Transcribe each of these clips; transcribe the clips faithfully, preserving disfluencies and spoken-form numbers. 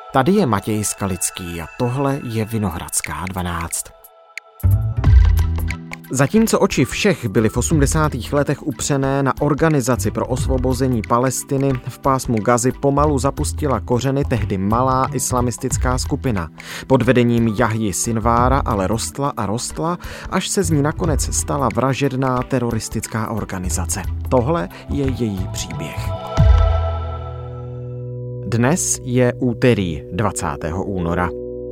Tady je Matěj Skalický a tohle je Vinohradská dvanáct. Zatímco oči všech byly v osmdesátých letech upřené na Organizaci pro osvobození Palestiny, v pásmu Gazy pomalu zapustila kořeny tehdy malá islamistická skupina. Pod vedením Jahji Sinvára ale rostla a rostla, až se z ní nakonec stala vražedná teroristická organizace. Tohle je její příběh. Dnes je úterý dvacátého února.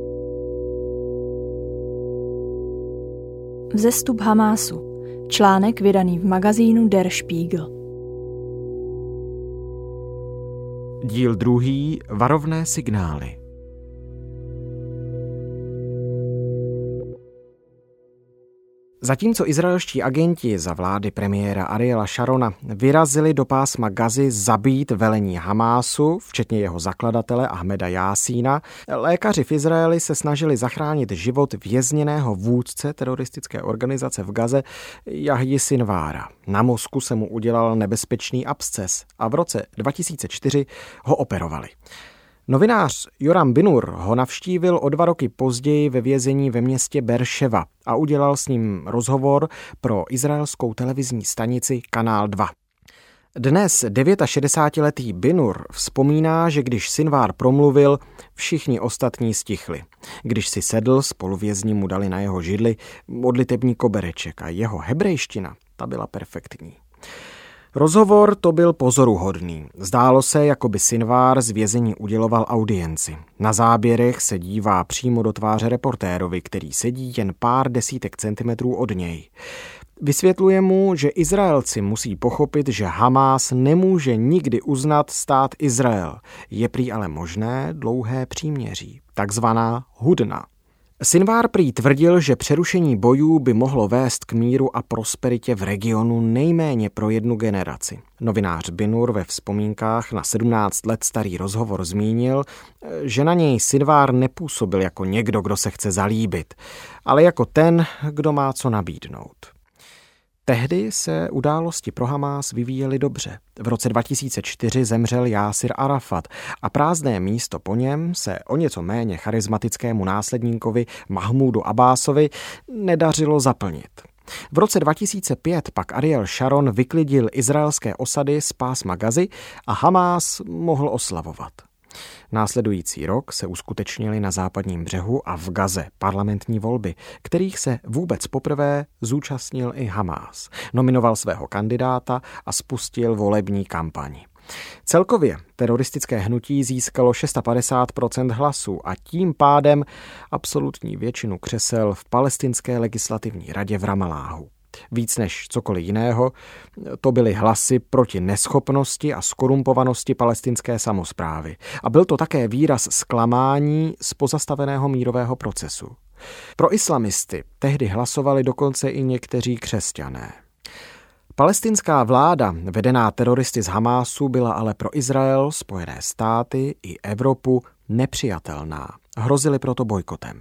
Vzestup Hamásu. Článek vydaný v magazínu Der Spiegel. Díl druhý. Varovné signály. Zatímco izraelští agenti za vlády premiéra Ariela Sharona vyrazili do pásma Gazy zabít velení Hamásu, včetně jeho zakladatele Ahmeda Jásína, lékaři v Izraeli se snažili zachránit život vězněného vůdce teroristické organizace v Gaze Jahji Sinvára. Na mozku se mu udělal nebezpečný absces a v roce dva tisíce čtyři ho operovali. Novinář Yoram Binur ho navštívil o dva roky později ve vězení ve městě Berševa a udělal s ním rozhovor pro izraelskou televizní stanici Kanál dva. Dnes šedesátidevítiletý Binur vzpomíná, že když Sinvár promluvil, všichni ostatní stichli. Když si sedl, spoluvězni mu dali na jeho židli modlitební kobereček a jeho hebrejština, ta byla perfektní. Rozhovor to byl pozoruhodný. Zdálo se, jako by Sinvár z vězení uděloval audienci. Na záběrech se dívá přímo do tváře reportérovi, který sedí jen pár desítek centimetrů od něj. Vysvětluje mu, že Izraelci musí pochopit, že Hamás nemůže nikdy uznat stát Izrael. Je prý ale možné dlouhé příměří, takzvaná hudna. Sinvár prý tvrdil, že přerušení bojů by mohlo vést k míru a prosperitě v regionu nejméně pro jednu generaci. Novinář Binur ve vzpomínkách na sedmnáct let starý rozhovor zmínil, že na něj Sinvár nepůsobil jako někdo, kdo se chce zalíbit, ale jako ten, kdo má co nabídnout. Tehdy se události pro Hamás vyvíjely dobře. V roce dva tisíce čtyři zemřel Jásir Arafat a prázdné místo po něm se o něco méně charismatickému následníkovi Mahmúdu Abbásovi nedařilo zaplnit. V roce dva tisíce pět pak Ariel Sharon vyklidil izraelské osady z pásma Gazy a Hamás mohl oslavovat. Následující rok se uskutečnily na západním břehu a v Gaze parlamentní volby, kterých se vůbec poprvé zúčastnil i Hamás. Nominoval svého kandidáta a spustil volební kampaň. Celkově teroristické hnutí získalo padesát šest procent hlasů a tím pádem absolutní většinu křesel v palestinské legislativní radě v Ramalláhu. Víc než cokoliv jiného, to byly hlasy proti neschopnosti a skorumpovanosti palestinské samosprávy. A byl to také výraz zklamání z pozastaveného mírového procesu. Pro islamisty tehdy hlasovali dokonce i někteří křesťané. Palestinská vláda, vedená teroristy z Hamásu, byla ale pro Izrael, Spojené státy i Evropu nepřijatelná. Hrozili proto bojkotem.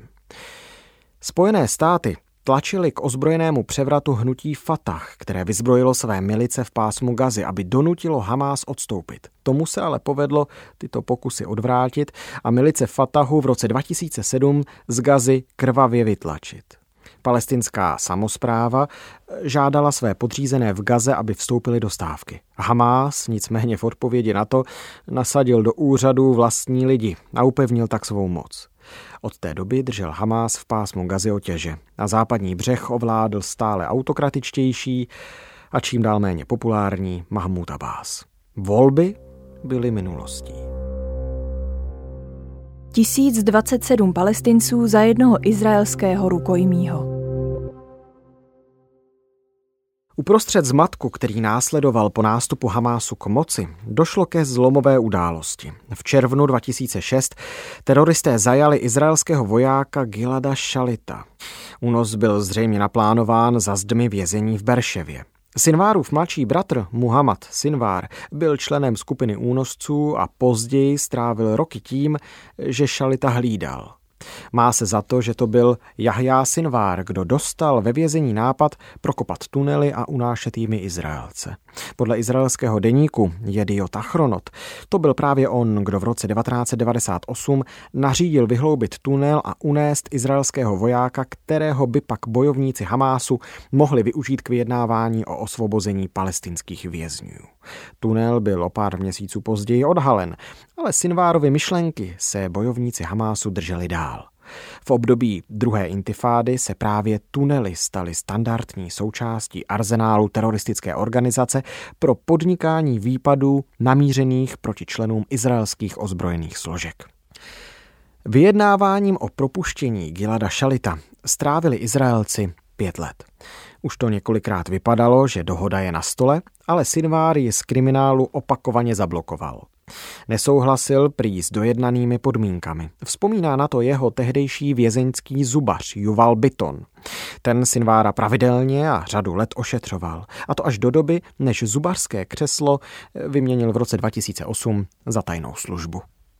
Spojené státy tlačili k ozbrojenému převratu hnutí Fatah, které vyzbrojilo své milice v pásmu Gazy, aby donutilo Hamás odstoupit. Tomu se ale povedlo tyto pokusy odvrátit a milice Fatahu v roce dva tisíce sedm z Gazy krvavě vytlačit. Palestinská samospráva žádala své podřízené v Gaze, aby vstoupili do stávky. Hamás nicméně v odpovědi na to nasadil do úřadu vlastní lidi a upevnil tak svou moc. Od té doby držel Hamás v pásmu Gazy otěže a západní břeh ovládl stále autokratičtější a čím dál méně populární Mahmúd Abbás. Volby byly minulostí. tisíc dvacet sedm Palestinců za jednoho izraelského rukojmího. Uprostřed zmatku, který následoval po nástupu Hamásu k moci, došlo ke zlomové události. V červnu dva tisíce šest teroristé zajali izraelského vojáka Gilada Šalita. Únos byl zřejmě naplánován za zdmi vězení v Berševě. Sinvárův mladší bratr Muhammad Sinvár byl členem skupiny únosců a později strávil roky tím, že Šalita hlídal. Má se za to, že to byl Jahjá Sinwar, kdo dostal ve vězení nápad prokopat tunely a unášet jimi Izraelce. Podle izraelského deníku Jediot Achronot to byl právě on, kdo v roce devatenáct set devadesát osm nařídil vyhloubit tunel a unést izraelského vojáka, kterého by pak bojovníci Hamásu mohli využít k vyjednávání o osvobození palestinských vězňů. Tunel byl o pár měsíců později odhalen, ale Sinwarovy myšlenky se bojovníci Hamásu drželi dál. V období druhé intifády se právě tunely staly standardní součástí arzenálu teroristické organizace pro podnikání výpadů namířených proti členům izraelských ozbrojených složek. Vyjednáváním o propuštění Gilada Šalita strávili Izraelci pět let. Už to několikrát vypadalo, že dohoda je na stole, ale Sinwar ji z kriminálu opakovaně zablokoval. Nesouhlasil prý s dojednanými podmínkami. Vzpomíná na to jeho tehdejší vězeňský zubař Yuval Biton. Ten Sinwara pravidelně a řadu let ošetřoval. A to až do doby, než zubařské křeslo vyměnil v roce dva tisíce osm za tajnou službu.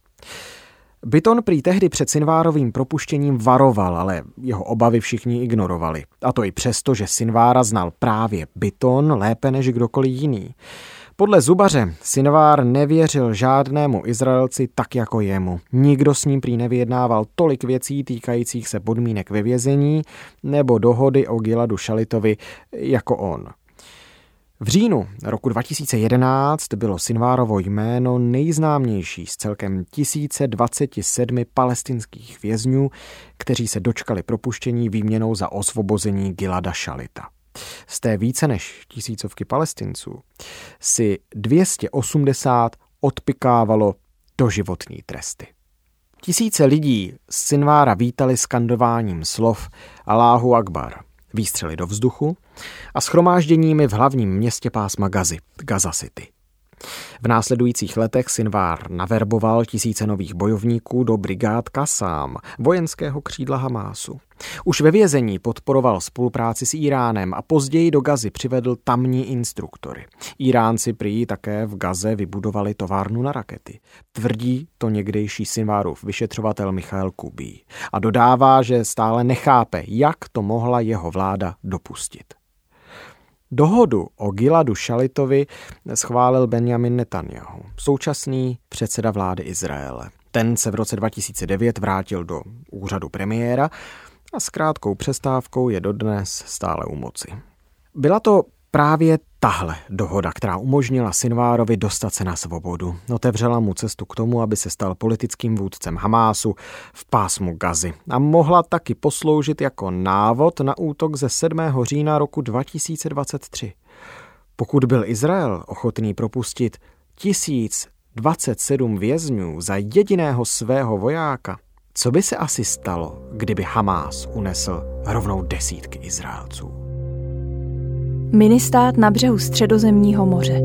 Biton prý tehdy před Sinwarovým propuštěním varoval, ale jeho obavy všichni ignorovali. A to i přesto, že Sinwara znal právě Biton lépe než kdokoliv jiný. Podle zubaře Sinwar nevěřil žádnému Izraelci tak jako jemu. Nikdo s ním prý nevyjednával tolik věcí týkajících se podmínek ve vězení nebo dohody o Giladu Šalitovi jako on. V říjnu roku dva tisíce jedenáct bylo Sinwarovo jméno nejznámější z celkem tisíce dvacet sedm palestinských vězňů, kteří se dočkali propuštění výměnou za osvobození Gilada Šalita. Z té více než tisícovky Palestinců si dvě stě osmdesát odpykávalo doživotní tresty. Tisíce lidí Sinwara vítali skandováním slov Alláhu Akbar, výstřely do vzduchu a shromážděními v hlavním městě pásma Gazy, Gaza City. V následujících letech Sinwar naverboval tisíce nových bojovníků do brigád Kasám, vojenského křídla Hamásu. Už ve vězení podporoval spolupráci s Íránem a později do Gazy přivedl tamní instruktory. Íránci prý také v Gaze vybudovali továrnu na rakety. Tvrdí to někdejší Sinwarův vyšetřovatel Michael Kubí. A dodává, že stále nechápe, jak to mohla jeho vláda dopustit. Dohodu o Giladu Šalitovi schválil Benjamin Netanjahu, současný předseda vlády Izraele. Ten se v roce dva tisíce devět vrátil do úřadu premiéra a s krátkou přestávkou je dodnes stále u moci. Byla to právě tahle dohoda, která umožnila Sinwarovi dostat se na svobodu. Otevřela mu cestu k tomu, aby se stal politickým vůdcem Hamásu v pásmu Gazy a mohla taky posloužit jako návod na útok ze sedmého října roku dva tisíce dvacet tři. Pokud byl Izrael ochotný propustit tisíc dvacet sedm vězňů za jediného svého vojáka, co by se asi stalo, kdyby Hamás unesl rovnou desítky Izraelců? Ministát na břehu Středozemního moře.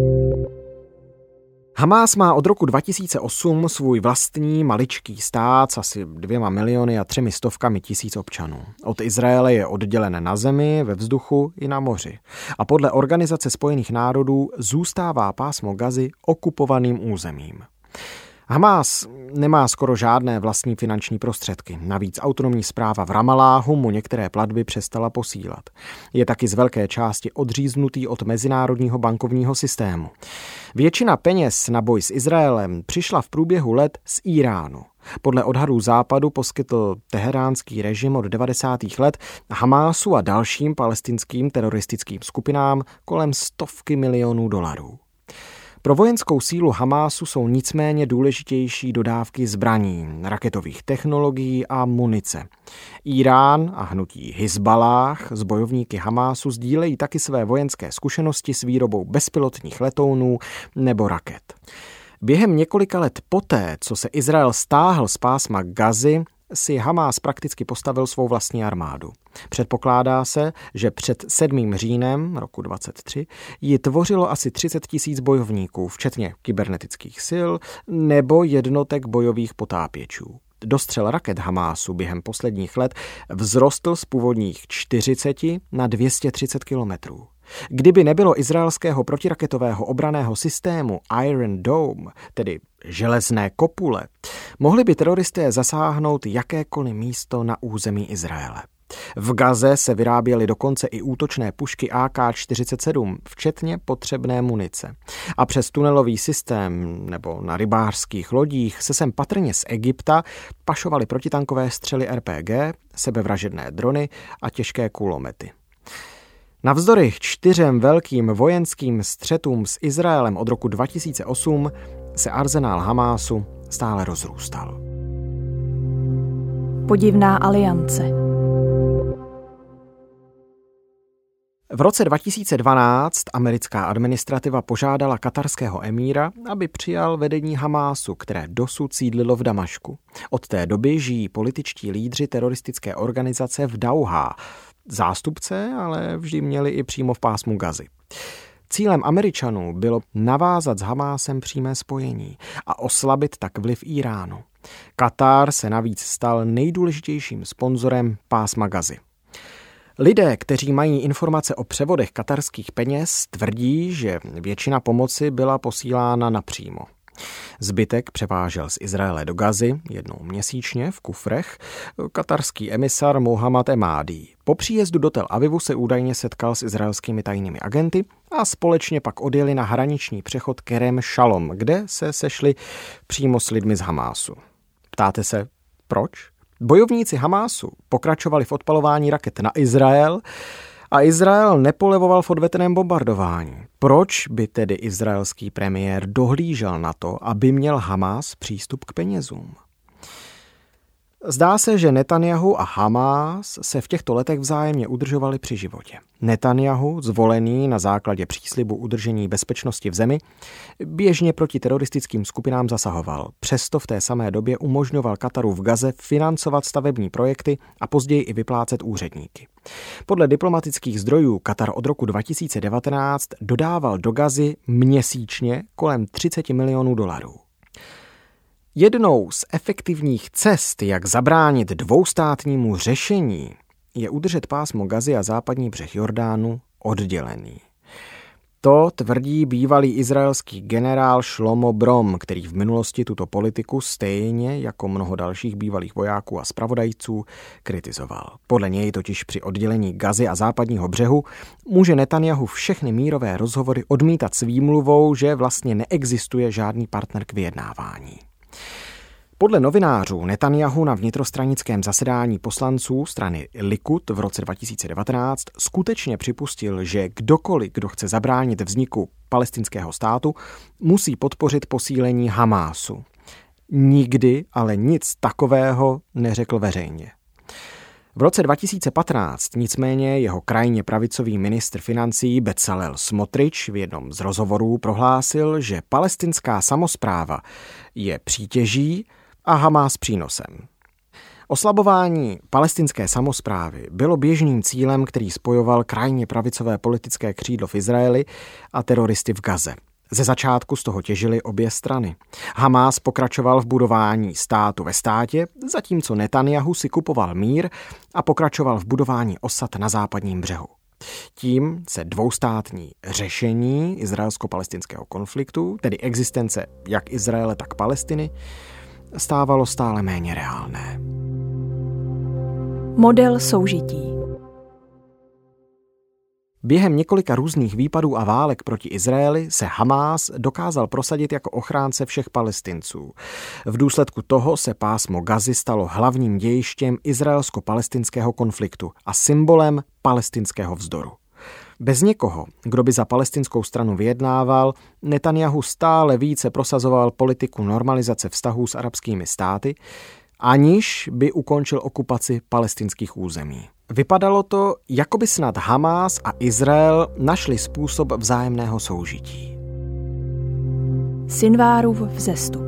Hamás má od roku dva tisíce osm svůj vlastní maličký stát s asi dvěma miliony a třemi stovkami tisíc občanů. Od Izraele je oddělen na zemi, ve vzduchu i na moři. A podle Organizace spojených národů zůstává pásmo Gazy okupovaným územím. Hamás nemá skoro žádné vlastní finanční prostředky. Navíc autonomní správa v Ramalláhu mu některé platby přestala posílat. Je taky z velké části odříznutý od mezinárodního bankovního systému. Většina peněz na boj s Izraelem přišla v průběhu let z Íránu. Podle odhadů Západu poskytl teheránský režim od devadesátých let Hamásu a dalším palestinským teroristickým skupinám kolem stovky milionů dolarů. Pro vojenskou sílu Hamásu jsou nicméně důležitější dodávky zbraní, raketových technologií a munice. Irán a hnutí Hizballáh s bojovníky Hamásu sdílejí taky své vojenské zkušenosti s výrobou bezpilotních letounů nebo raket. Během několika let poté, co se Izrael stáhl z pásma Gazy, si Hamás prakticky postavil svou vlastní armádu. Předpokládá se, že před sedmým říjnem roku dvacet tři ji tvořilo asi třicet tisíc bojovníků, včetně kybernetických sil nebo jednotek bojových potápěčů. Dostřel raket Hamásu během posledních let vzrostl z původních čtyřiceti na dvě stě třicet kilometrů. Kdyby nebylo izraelského protiraketového obranného systému Iron Dome, tedy železné kopule, mohli by teroristé zasáhnout jakékoliv místo na území Izraele. V Gaze se vyráběly dokonce i útočné pušky A K čtyřicet sedm, včetně potřebné munice. A přes tunelový systém nebo na rybářských lodích se sem patrně z Egypta pašovaly protitankové střely R P G, sebevražedné drony a těžké kulomety. Navzdory čtyřem velkým vojenským střetům s Izraelem od roku dva tisíce osm se arzenál Hamásu stále rozrůstal. Podivná aliance. V roce dva tisíce dvanáct americká administrativa požádala katarského emíra, aby přijal vedení Hamásu, které dosud sídlilo v Damašku. Od té doby žijí političtí lídři teroristické organizace v Dauhá. Zástupce ale vždy měli i přímo v pásmu Gazy. Cílem Američanů bylo navázat s Hamásem přímé spojení a oslabit tak vliv Iránu. Katar se navíc stal nejdůležitějším sponzorem pásma Gazy. Lidé, kteří mají informace o převodech katarských peněz, tvrdí, že většina pomoci byla posílána napřímo. Zbytek převážel z Izraele do Gazy jednou měsíčně v kufrech katarský emisar Mohammad Emadi. Po příjezdu do Tel Avivu se údajně setkal s izraelskými tajnými agenty a společně pak odjeli na hraniční přechod Kerem Shalom, kde se sešli přímo s lidmi z Hamásu. Ptáte se, proč? Bojovníci Hamásu pokračovali v odpalování raket na Izrael a Izrael nepolevoval v odveteném bombardování. Proč by tedy izraelský premiér dohlížel na to, aby měl Hamás přístup k penězům? Zdá se, že Netanjahu a Hamás se v těchto letech vzájemně udržovali při životě. Netanjahu, zvolený na základě příslibu udržení bezpečnosti v zemi, běžně proti teroristickým skupinám zasahoval. Přesto v té samé době umožňoval Kataru v Gaze financovat stavební projekty a později i vyplácet úředníky. Podle diplomatických zdrojů Katar od roku dva tisíce devatenáct dodával do Gazy měsíčně kolem třicet milionů dolarů. Jednou z efektivních cest, jak zabránit dvoustátnímu řešení, je udržet pásmo Gazy a západní břeh Jordánu oddělený. To tvrdí bývalý izraelský generál Shlomo Brom, který v minulosti tuto politiku stejně jako mnoho dalších bývalých vojáků a zpravodajců kritizoval. Podle něj totiž při oddělení Gazy a západního břehu může Netanjahu všechny mírové rozhovory odmítat s výmluvou, že vlastně neexistuje žádný partner k vyjednávání. Podle novinářů Netanjahu na vnitrostranickém zasedání poslanců strany Likud v roce dva tisíce devatenáct skutečně připustil, že kdokoliv, kdo chce zabránit vzniku palestinského státu, musí podpořit posílení Hamásu. Nikdy ale nic takového neřekl veřejně. V roce dva tisíce patnáct nicméně jeho krajně pravicový ministr financí Bezalel Smotrič v jednom z rozhovorů prohlásil, že palestinská samospráva je přítěží a Hamás přínosem. Oslabování palestinské samosprávy bylo běžným cílem, který spojoval krajně pravicové politické křídlo v Izraeli a teroristy v Gaze. Ze začátku z toho těžily obě strany. Hamás pokračoval v budování státu ve státě, zatímco Netanjahu si kupoval mír a pokračoval v budování osad na západním břehu. Tím se dvoustátní řešení izraelsko-palestinského konfliktu, tedy existence jak Izraele, tak Palestiny, stávalo stále méně reálné. Model soužití. Během několika různých výpadů a válek proti Izraeli se Hamás dokázal prosadit jako ochránce všech Palestinců. V důsledku toho se pásmo Gazy stalo hlavním dějištěm izraelsko-palestinského konfliktu a symbolem palestinského vzdoru. Bez někoho, kdo by za palestinskou stranu vyjednával, Netanjahu stále více prosazoval politiku normalizace vztahů s arabskými státy, aniž by ukončil okupaci palestinských území. Vypadalo to, jako by snad Hamás a Izrael našli způsob vzájemného soužití. Sinvárův vzestup.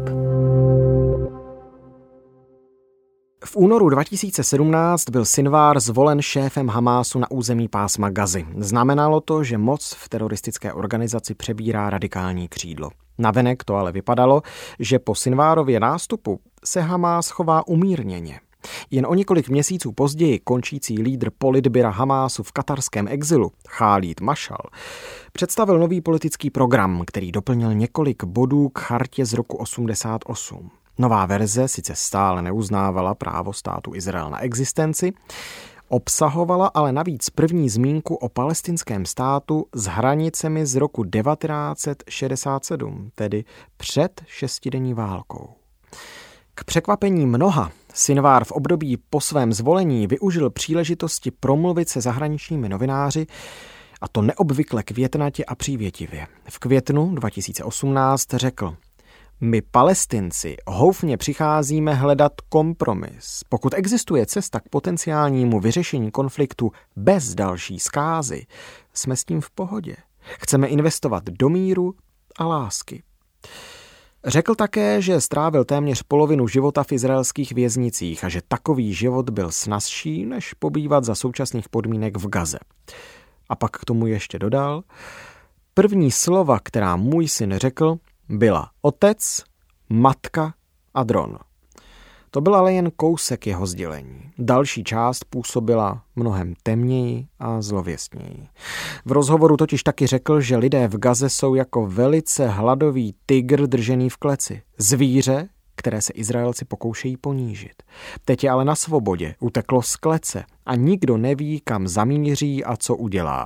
V únoru dva tisíce sedmnáct byl Sinvár zvolen šéfem Hamásu na území pásma Gazy. Znamenalo to, že moc v teroristické organizaci přebírá radikální křídlo. Navenek to ale vypadalo, že po Sinvárově nástupu se Hamás chová umírněně. Jen o několik měsíců později končící lídr politbyra Hamásu v katarském exilu, Khalid Mashal, představil nový politický program, který doplnil několik bodů k chartě z roku osmdesát osm. Nová verze sice stále neuznávala právo státu Izrael na existenci, obsahovala ale navíc první zmínku o palestinském státu s hranicemi z roku devatenáct set šedesát sedm, tedy před šestidenní válkou. K překvapení mnoha Sinwar v období po svém zvolení využil příležitosti promluvit se zahraničními novináři, a to neobvykle květnatě a přívětivě. V květnu dva tisíce osmnáct řekl: My Palestinci houfně přicházíme hledat kompromis. Pokud existuje cesta k potenciálnímu vyřešení konfliktu bez další zkázy, jsme s tím v pohodě. Chceme investovat do míru a lásky. Řekl také, že strávil téměř polovinu života v izraelských věznicích a že takový život byl snazší, než pobývat za současných podmínek v Gaze. A pak k tomu ještě dodal: První slova, která můj syn řekl, byla otec, matka a dron. To byl ale jen kousek jeho sdělení. Další část působila mnohem temněji a zlověstněji. V rozhovoru totiž taky řekl, že lidé v Gaze jsou jako velice hladový tygr držený v kleci. Zvíře, které se Izraelci pokoušejí ponížit. Teď je ale na svobodě, uteklo z klece a nikdo neví, kam zamíří a co udělá.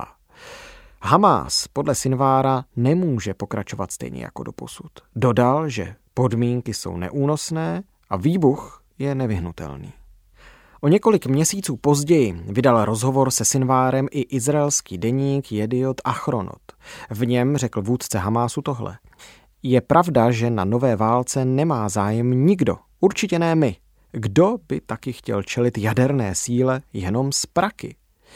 Hamás podle Sinwara nemůže pokračovat stejně jako doposud. Dodal, že podmínky jsou neúnosné a výbuch je nevyhnutelný. O několik měsíců později vydal rozhovor se Sinwarem i izraelský deník Jediot Achronot. V něm řekl vůdce Hamásu tohle: Je pravda, že na nové válce nemá zájem nikdo, určitě ne my. Kdo by taky chtěl čelit jaderné síle jenom z praky?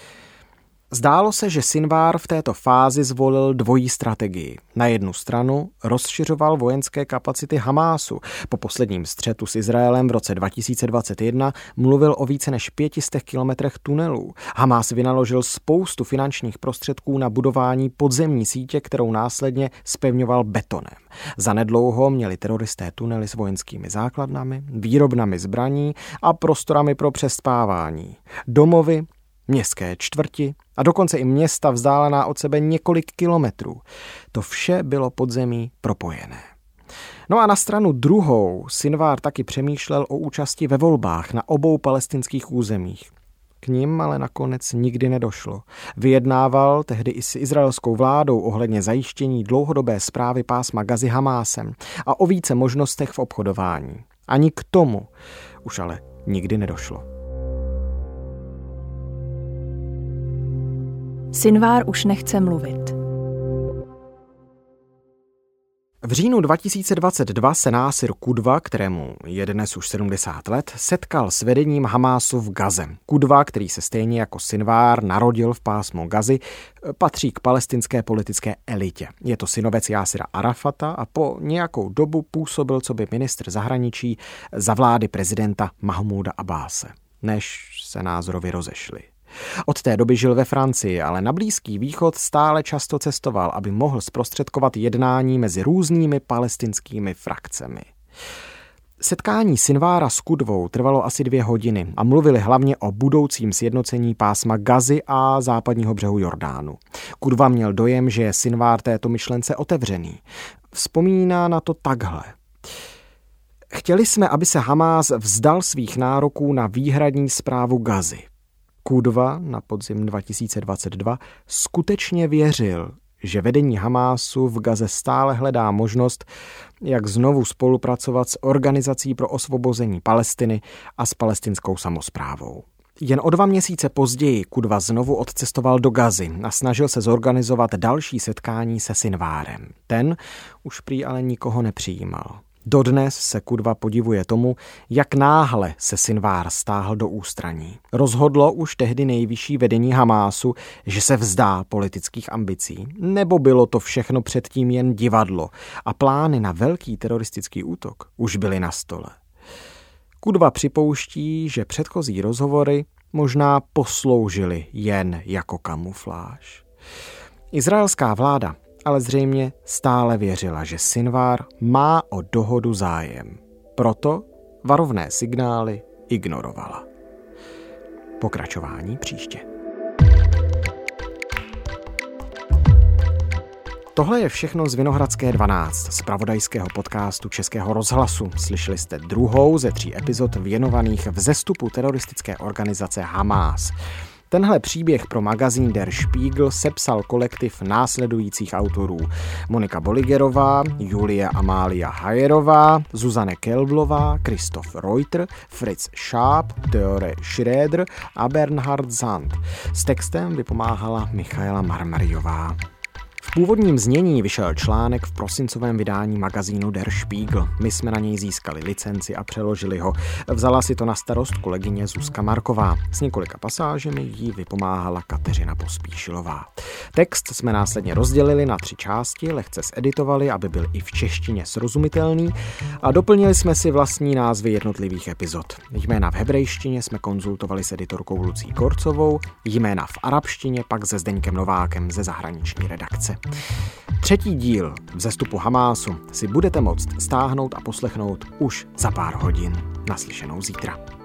Zdálo se, že Sinwar v této fázi zvolil dvojí strategii. Na jednu stranu rozšiřoval vojenské kapacity Hamásu. Po posledním střetu s Izraelem v roce dva tisíce dvacet jedna mluvil o více než pětistech kilometrech tunelů. Hamás vynaložil spoustu finančních prostředků na budování podzemní sítě, kterou následně zpevňoval betonem. Zanedlouho měli teroristé tunely s vojenskými základnami, výrobnami zbraní a prostorami pro přespávání. Domovy, městské čtvrti a dokonce i města vzdálená od sebe několik kilometrů. To vše bylo podzemí propojené. No a na stranu druhou Sinwar taky přemýšlel o účasti ve volbách na obou palestinských územích. K nim ale nakonec nikdy nedošlo. Vyjednával tehdy i s izraelskou vládou ohledně zajištění dlouhodobé správy pásma Gazy Hamásem a o více možnostech v obchodování. Ani k tomu už ale nikdy nedošlo. Sinwar už nechce mluvit. V říjnu dva tisíce dvacet dva se Násir Kudva, kterému je dnes už sedmdesát let, setkal s vedením Hamásu v Gaze. Kudva, který se stejně jako Sinwar narodil v pásmu Gazy, patří k palestinské politické elitě. Je to synovec Jásira Arafata a po nějakou dobu působil coby ministr zahraničí za vlády prezidenta Mahmúda Abbáse, než se názorově rozešli. Od té doby žil ve Francii, ale na Blízký východ stále často cestoval, aby mohl zprostředkovat jednání mezi různými palestinskými frakcemi. Setkání Sinwara s Kudvou trvalo asi dvě hodiny a mluvili hlavně o budoucím sjednocení pásma Gazy a západního břehu Jordánu. Kudva měl dojem, že je Sinwar této myšlence otevřený. Vzpomíná na to takhle. Chtěli jsme, aby se Hamás vzdal svých nároků na výhradní správu Gazy. Kudva na podzim dva tisíce dvacet dva skutečně věřil, že vedení Hamásu v Gaze stále hledá možnost, jak znovu spolupracovat s Organizací pro osvobození Palestiny a s palestinskou samosprávou. Jen o dva měsíce později Kudva znovu odcestoval do Gazy a snažil se zorganizovat další setkání se Sinwarem. Ten už prý ale nikoho nepřijímal. Dodnes se Kudva podivuje tomu, jak náhle se Sinwar stáhl do ústraní. Rozhodlo už tehdy nejvyšší vedení Hamásu, že se vzdá politických ambicí. Nebo bylo to všechno předtím jen divadlo a plány na velký teroristický útok už byly na stole. Kudva připouští, že předchozí rozhovory možná posloužily jen jako kamufláž. Izraelská vláda ale zřejmě stále věřila, že Sinwar má o dohodu zájem. Proto varovné signály ignorovala. Pokračování příště. Tohle je všechno z Vinohradské dvanáct, zpravodajského podcastu Českého rozhlasu. Slyšeli jste druhou ze tří epizod věnovaných vzestupu teroristické organizace Hamás. Tenhle příběh pro magazín Der Spiegel sepsal kolektiv následujících autorů: Monika Boligerová, Julie Amália Hajerová, Zuzane Kelblová, Christoph Reuter, Fritz Schaap, Theore Schröder a Bernhard Sand. S textem vypomáhala Michaela Marmariová. V původním znění vyšel článek v prosincovém vydání magazínu Der Spiegel. My jsme na něj získali licenci a přeložili ho. Vzala si to na starost kolegyně Zuzka Marková. S několika pasážemi jí vypomáhala Kateřina Pospíšilová. Text jsme následně rozdělili na tři části, lehce zeditovali, aby byl i v češtině srozumitelný, a doplnili jsme si vlastní názvy jednotlivých epizod. Jména v hebrejštině jsme konzultovali s editorkou Lucí Korcovou, jména v arabštině pak se Zdeňkem Novákem ze zahraniční redakce. Třetí díl Vzestupu Hamásu si budete moct stáhnout a poslechnout už za pár hodin. Naslyšenou zítra.